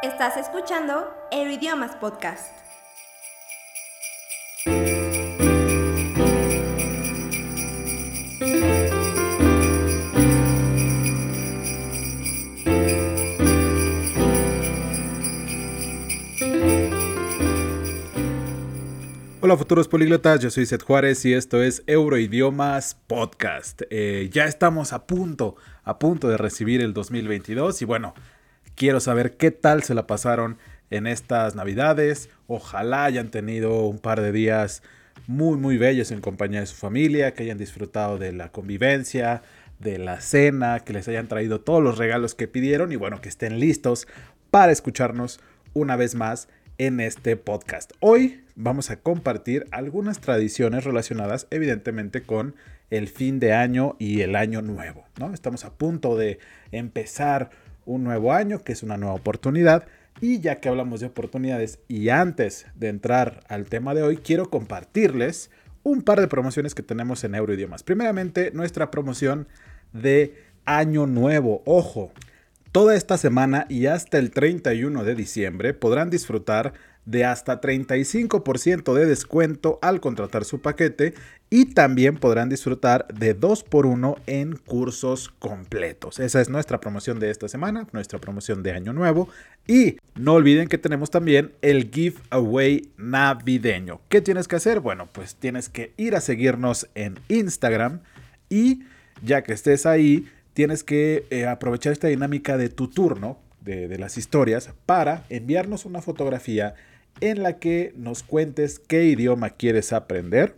Estás escuchando Euroidiomas Podcast. Hola futuros políglotas, yo soy Seth Juárez y esto es Euroidiomas Podcast. Ya estamos a punto de recibir el 2022 y bueno, quiero saber qué tal se la pasaron en estas navidades. Ojalá hayan tenido un par de días muy bellos en compañía de su familia, que hayan disfrutado de la convivencia, de la cena, que les hayan traído todos los regalos que pidieron y bueno, que estén listos para escucharnos una vez más en este podcast. Hoy vamos a compartir algunas tradiciones relacionadas evidentemente con el fin de año y el año nuevo, ¿no? Estamos a punto de empezar un nuevo año, que es una nueva oportunidad, y ya que hablamos de oportunidades y antes de entrar al tema de hoy, quiero compartirles un par de promociones que tenemos en Euroidiomas. Primeramente, nuestra promoción de Año Nuevo. Ojo, toda esta semana y hasta el 31 de diciembre podrán disfrutar de hasta 35% de descuento al contratar su paquete y también podrán disfrutar de 2x1 en cursos completos. Esa es nuestra promoción de esta semana, nuestra promoción de Año Nuevo. Y no olviden que tenemos también el giveaway navideño. ¿Qué tienes que hacer? Bueno, pues tienes que ir a seguirnos en Instagram y ya que estés ahí, tienes que aprovechar esta dinámica de tu turno, de las historias, para enviarnos una fotografía en la que nos cuentes qué idioma quieres aprender.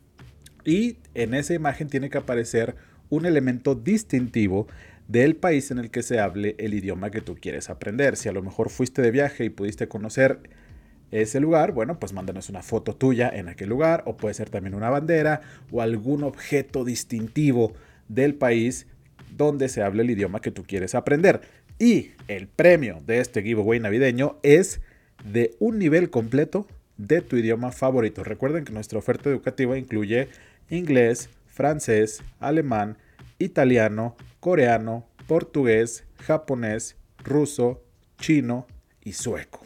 Y en esa imagen tiene que aparecer un elemento distintivo del país en el que se hable el idioma que tú quieres aprender. Si a lo mejor fuiste de viaje y pudiste conocer ese lugar, bueno, pues mándanos una foto tuya en aquel lugar, o puede ser también una bandera o algún objeto distintivo del país donde se hable el idioma que tú quieres aprender. Y el premio de este giveaway navideño es de un nivel completo de tu idioma favorito. Recuerden que nuestra oferta educativa incluye inglés, francés, alemán, italiano, coreano, portugués, japonés, ruso, chino y sueco.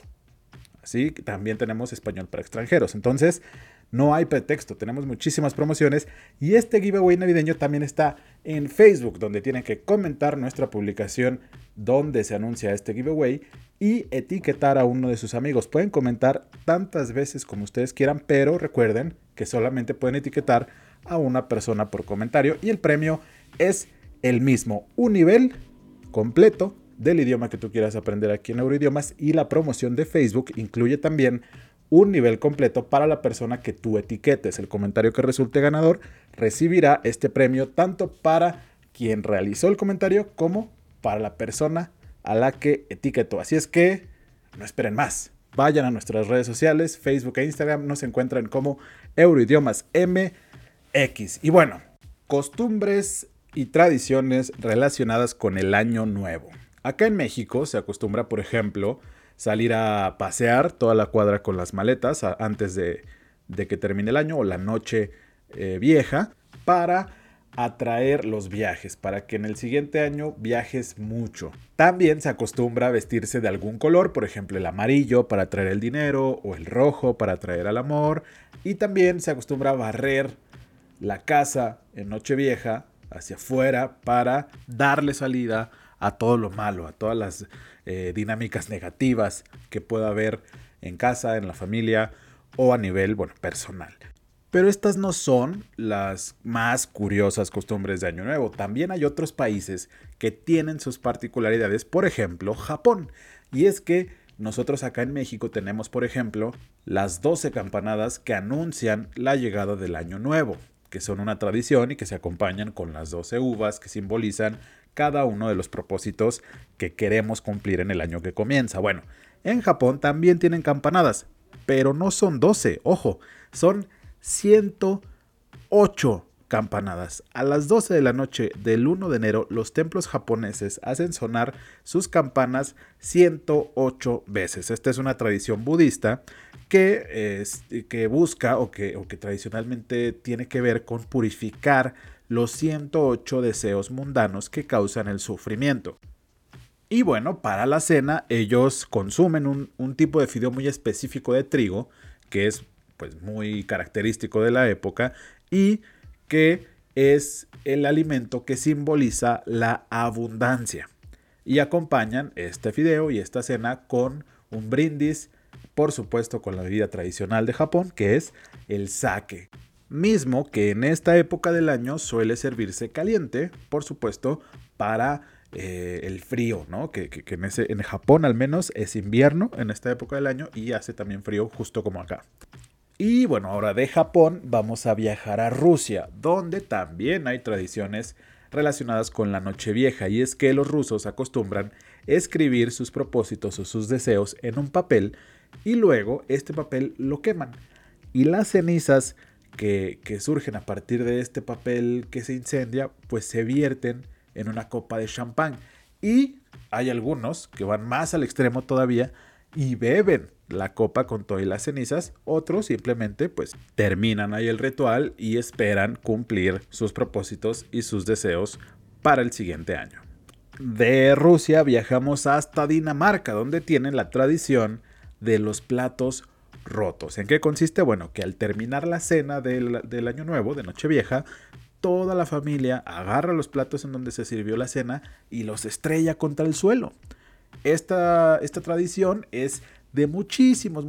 Así que también tenemos español para extranjeros. Entonces, no hay pretexto, tenemos muchísimas promociones y este giveaway navideño también está en Facebook, donde tienen que comentar nuestra publicación donde se anuncia este giveaway y etiquetar a uno de sus amigos. Pueden comentar tantas veces como ustedes quieran, pero recuerden que solamente pueden etiquetar a una persona por comentario y el premio es el mismo, un nivel completo del idioma que tú quieras aprender aquí en Euroidiomas, y la promoción de Facebook incluye también un nivel completo para la persona que tú etiquetes. El comentario que resulte ganador recibirá este premio tanto para quien realizó el comentario como para la persona a la que etiquetó. Así es que no esperen más. Vayan a nuestras redes sociales, Facebook e Instagram. Nos encuentran como Euroidiomas MX. Y bueno, costumbres y tradiciones relacionadas con el Año Nuevo. Acá en México se acostumbra, por ejemplo, salir a pasear toda la cuadra con las maletas antes de que termine el año o la noche vieja, para atraer los viajes, para que en el siguiente año viajes mucho. También se acostumbra a vestirse de algún color, por ejemplo el amarillo para atraer el dinero o el rojo para atraer al amor, y también se acostumbra a barrer la casa en Nochevieja hacia afuera para darle salida a todo lo malo, a todas las dinámicas negativas que pueda haber en casa, en la familia o a nivel, personal. Pero estas no son las más curiosas costumbres de Año Nuevo. También hay otros países que tienen sus particularidades, por ejemplo, Japón. Y es que nosotros acá en México tenemos, por ejemplo, las 12 campanadas que anuncian la llegada del Año Nuevo, que son una tradición y que se acompañan con las 12 uvas que simbolizan cada uno de los propósitos que queremos cumplir en el año que comienza. Bueno, en Japón también tienen campanadas, pero no son 12, ojo, son 108 campanadas. A las 12 de la noche del 1 de enero, los templos japoneses hacen sonar sus campanas 108 veces. Esta es una tradición budista que busca o que tradicionalmente tiene que ver con purificar los 108 deseos mundanos que causan el sufrimiento. Y bueno, para la cena ellos consumen un tipo de fideo muy específico de trigo, que es pues muy característico de la época y que es el alimento que simboliza la abundancia. Y acompañan este fideo y esta cena con un brindis, por supuesto con la bebida tradicional de Japón, que es el sake. Mismo que en esta época del año suele servirse caliente, por supuesto, para el frío, ¿no? Que en Japón al menos es invierno en esta época del año y hace también frío justo como acá. Y bueno, ahora de Japón vamos a viajar a Rusia, donde también hay tradiciones relacionadas con la Nochevieja, y es que los rusos acostumbran escribir sus propósitos o sus deseos en un papel y luego este papel lo queman. Y las cenizas que surgen a partir de este papel que se incendia, pues se vierten en una copa de champán. Y hay algunos que van más al extremo todavía y beben la copa con todas las cenizas. Otros simplemente pues terminan ahí el ritual y esperan cumplir sus propósitos y sus deseos para el siguiente año. De Rusia viajamos hasta Dinamarca, donde tienen la tradición de los platos rotos. ¿En qué consiste? Bueno, que al terminar la cena del Año Nuevo, de Nochevieja, toda la familia agarra los platos en donde se sirvió la cena y los estrella contra el suelo. Esta tradición es de muchísimos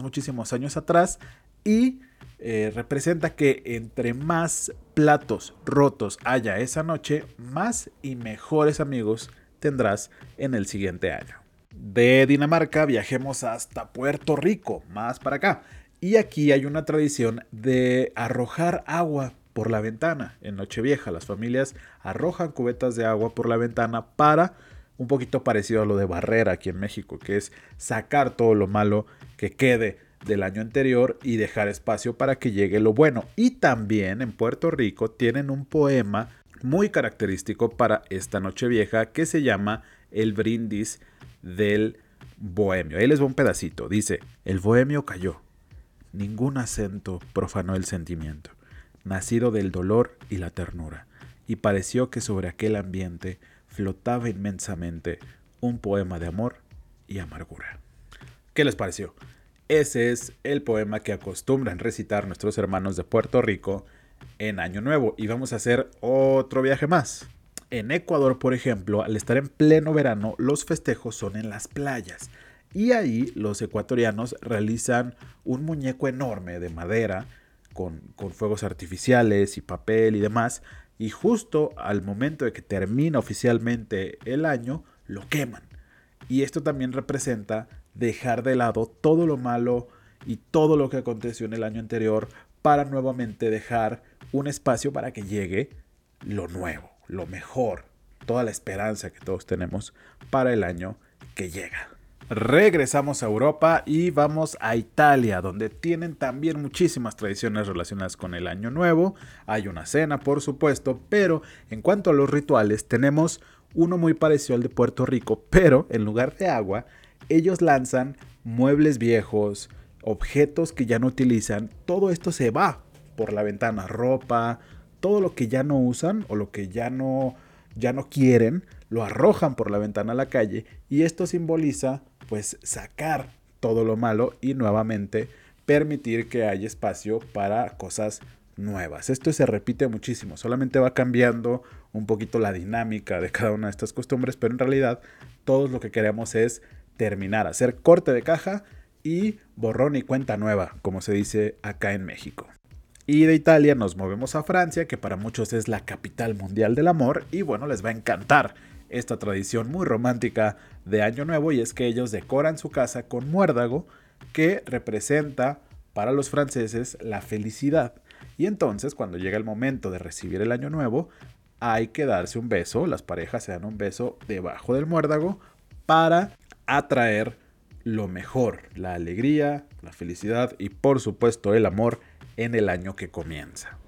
años atrás y representa que entre más platos rotos haya esa noche, más y mejores amigos tendrás en el siguiente año. De Dinamarca viajemos hasta Puerto Rico, más para acá. Y aquí hay una tradición de arrojar agua por la ventana. En Nochevieja las familias arrojan cubetas de agua por la ventana para, un poquito parecido a lo de barrera aquí en México, que es sacar todo lo malo que quede del año anterior y dejar espacio para que llegue lo bueno. Y también en Puerto Rico tienen un poema muy característico para esta Nochevieja que se llama El brindis del bohemio. Ahí les va un pedacito. Dice: el bohemio cayó, ningún acento profanó el sentimiento, nacido del dolor y la ternura, y pareció que sobre aquel ambiente flotaba inmensamente un poema de amor y amargura. ¿Qué les pareció? Ese es el poema que acostumbran recitar nuestros hermanos de Puerto Rico en Año Nuevo. Y vamos a hacer otro viaje más. En Ecuador, por ejemplo, al estar en pleno verano, los festejos son en las playas. Y ahí los ecuatorianos realizan un muñeco enorme de madera con fuegos artificiales y papel y demás. Y justo al momento de que termina oficialmente el año, lo queman. Y esto también representa dejar de lado todo lo malo y todo lo que aconteció en el año anterior para nuevamente dejar un espacio para que llegue lo nuevo, lo mejor, toda la esperanza que todos tenemos para el año que llega. Regresamos a Europa y vamos a Italia, donde tienen también muchísimas tradiciones relacionadas con el año nuevo. Hay una cena, por supuesto, pero en cuanto a los rituales, tenemos uno muy parecido al de Puerto Rico, pero en lugar de agua, ellos lanzan muebles viejos, objetos que ya no utilizan. Todo esto se va por la ventana, ropa, todo lo que ya no usan o lo que ya no quieren, lo arrojan por la ventana a la calle, y esto simboliza pues sacar todo lo malo y nuevamente permitir que haya espacio para cosas nuevas. Esto se repite muchísimo, solamente va cambiando un poquito la dinámica de cada una de estas costumbres, pero en realidad todos lo que queremos es terminar, hacer corte de caja y borrón y cuenta nueva, como se dice acá en México. Y de Italia nos movemos a Francia, que para muchos es la capital mundial del amor, y bueno, les va a encantar esta tradición muy romántica de Año Nuevo, y es que ellos decoran su casa con muérdago, que representa para los franceses la felicidad. Y entonces, cuando llega el momento de recibir el Año Nuevo, hay que darse un beso, las parejas se dan un beso debajo del muérdago para atraer lo mejor, la alegría, la felicidad y por supuesto el amor en el año que comienza.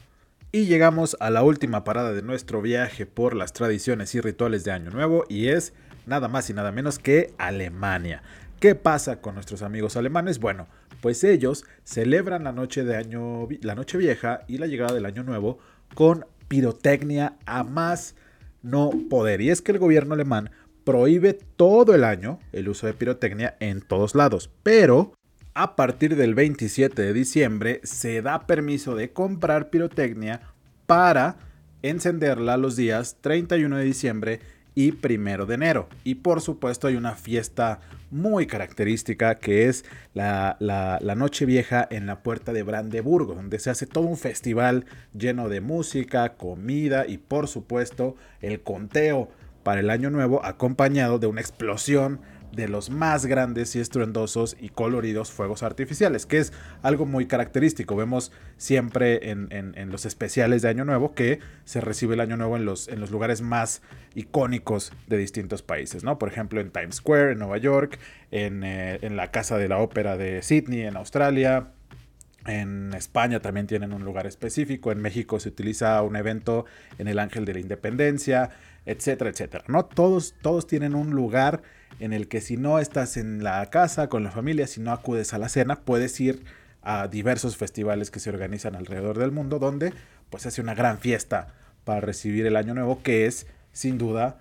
Y llegamos a la última parada de nuestro viaje por las tradiciones y rituales de Año Nuevo, y es nada más y nada menos que Alemania. ¿Qué pasa con nuestros amigos alemanes? Bueno, pues ellos celebran la noche vieja y la llegada del Año Nuevo con pirotecnia a más no poder. Y es que el gobierno alemán prohíbe todo el año el uso de pirotecnia en todos lados, pero a partir del 27 de diciembre se da permiso de comprar pirotecnia para encenderla los días 31 de diciembre y 1 de enero. Y por supuesto hay una fiesta muy característica que es la Nochevieja en la Puerta de Brandeburgo, donde se hace todo un festival lleno de música, comida y por supuesto el conteo para el año nuevo, acompañado de una explosión de los más grandes y estruendosos y coloridos fuegos artificiales, que es algo muy característico. Vemos siempre en los especiales de Año Nuevo que se recibe el Año Nuevo en los lugares más icónicos de distintos países, ¿no? Por ejemplo, en Times Square, en Nueva York, en la Casa de la Ópera de Sydney, en Australia. En España también tienen un lugar específico. En México se utiliza un evento en el Ángel de la Independencia, etcétera, etcétera, ¿no? Todos tienen un lugar en el que si no estás en la casa con la familia, si no acudes a la cena, puedes ir a diversos festivales que se organizan alrededor del mundo, donde pues se hace una gran fiesta para recibir el Año Nuevo, que es sin duda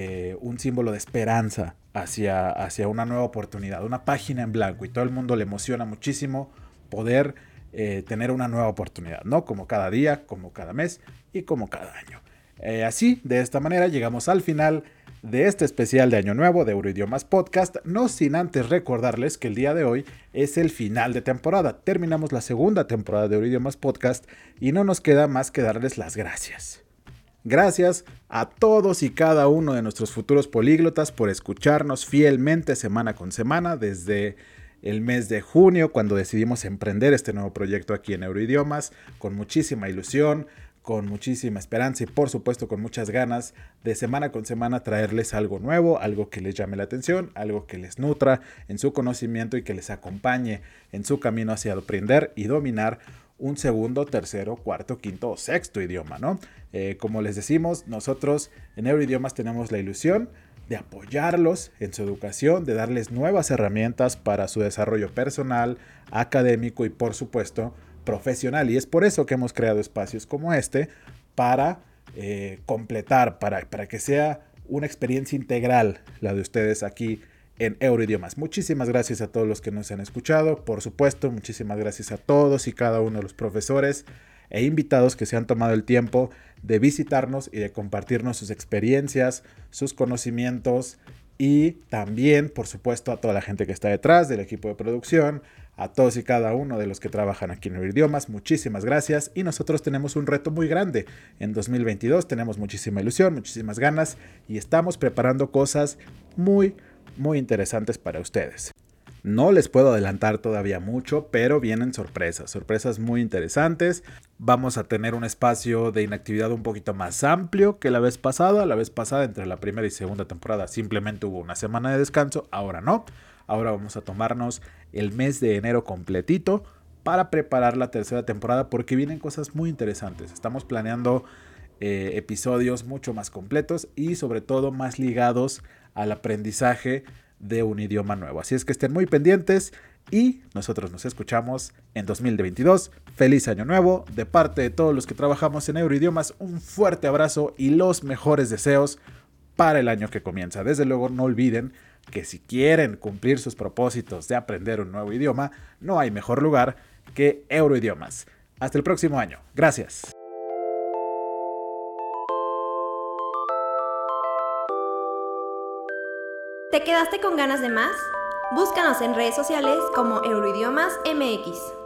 un símbolo de esperanza hacia una nueva oportunidad, una página en blanco, y todo el mundo le emociona muchísimo poder tener una nueva oportunidad, ¿no? Como cada día, como cada mes y como cada año. Así, de esta manera, llegamos al final de este especial de Año Nuevo de Euroidiomas Podcast, no sin antes recordarles que el día de hoy es el final de temporada. Terminamos la segunda temporada de Euroidiomas Podcast y no nos queda más que darles las gracias. Gracias a todos y cada uno de nuestros futuros políglotas por escucharnos fielmente semana con semana desde el mes de junio, cuando decidimos emprender este nuevo proyecto aquí en Euroidiomas, con muchísima ilusión, con muchísima esperanza y por supuesto con muchas ganas de semana con semana traerles algo nuevo, algo que les llame la atención, algo que les nutra en su conocimiento y que les acompañe en su camino hacia aprender y dominar un segundo, tercero, cuarto, quinto o sexto idioma, ¿no? Como les decimos, nosotros en Euroidiomas tenemos la ilusión de apoyarlos en su educación, de darles nuevas herramientas para su desarrollo personal, académico y por supuesto profesional. Y es por eso que hemos creado espacios como este para completar, para que sea una experiencia integral la de ustedes aquí en Euroidiomas. Muchísimas gracias a todos los que nos han escuchado. Por supuesto, muchísimas gracias a todos y cada uno de los profesores e invitados que se han tomado el tiempo de visitarnos y de compartirnos sus experiencias, sus conocimientos y también, por supuesto, a toda la gente que está detrás del equipo de producción, a todos y cada uno de los que trabajan aquí en Euroidiomas. Muchísimas gracias y nosotros tenemos un reto muy grande en 2022. Tenemos muchísima ilusión, muchísimas ganas y estamos preparando cosas muy interesantes para ustedes. No les puedo adelantar todavía mucho, pero vienen sorpresas muy interesantes. Vamos a tener un espacio de inactividad un poquito más amplio que la vez pasada. La vez pasada, entre la primera y segunda temporada, simplemente hubo una semana de descanso. Ahora no. Ahora vamos a tomarnos el mes de enero completito para preparar la tercera temporada porque vienen cosas muy interesantes. Estamos planeando episodios mucho más completos y sobre todo más ligados al aprendizaje de un idioma nuevo. Así es que estén muy pendientes y nosotros nos escuchamos en 2022. Feliz año nuevo. De parte de todos los que trabajamos en Euroidiomas, un fuerte abrazo y los mejores deseos para el año que comienza. Desde luego, no olviden que si quieren cumplir sus propósitos de aprender un nuevo idioma, no hay mejor lugar que Euroidiomas. Hasta el próximo año. Gracias. ¿Te quedaste con ganas de más? Búscanos en redes sociales como Euroidiomas MX.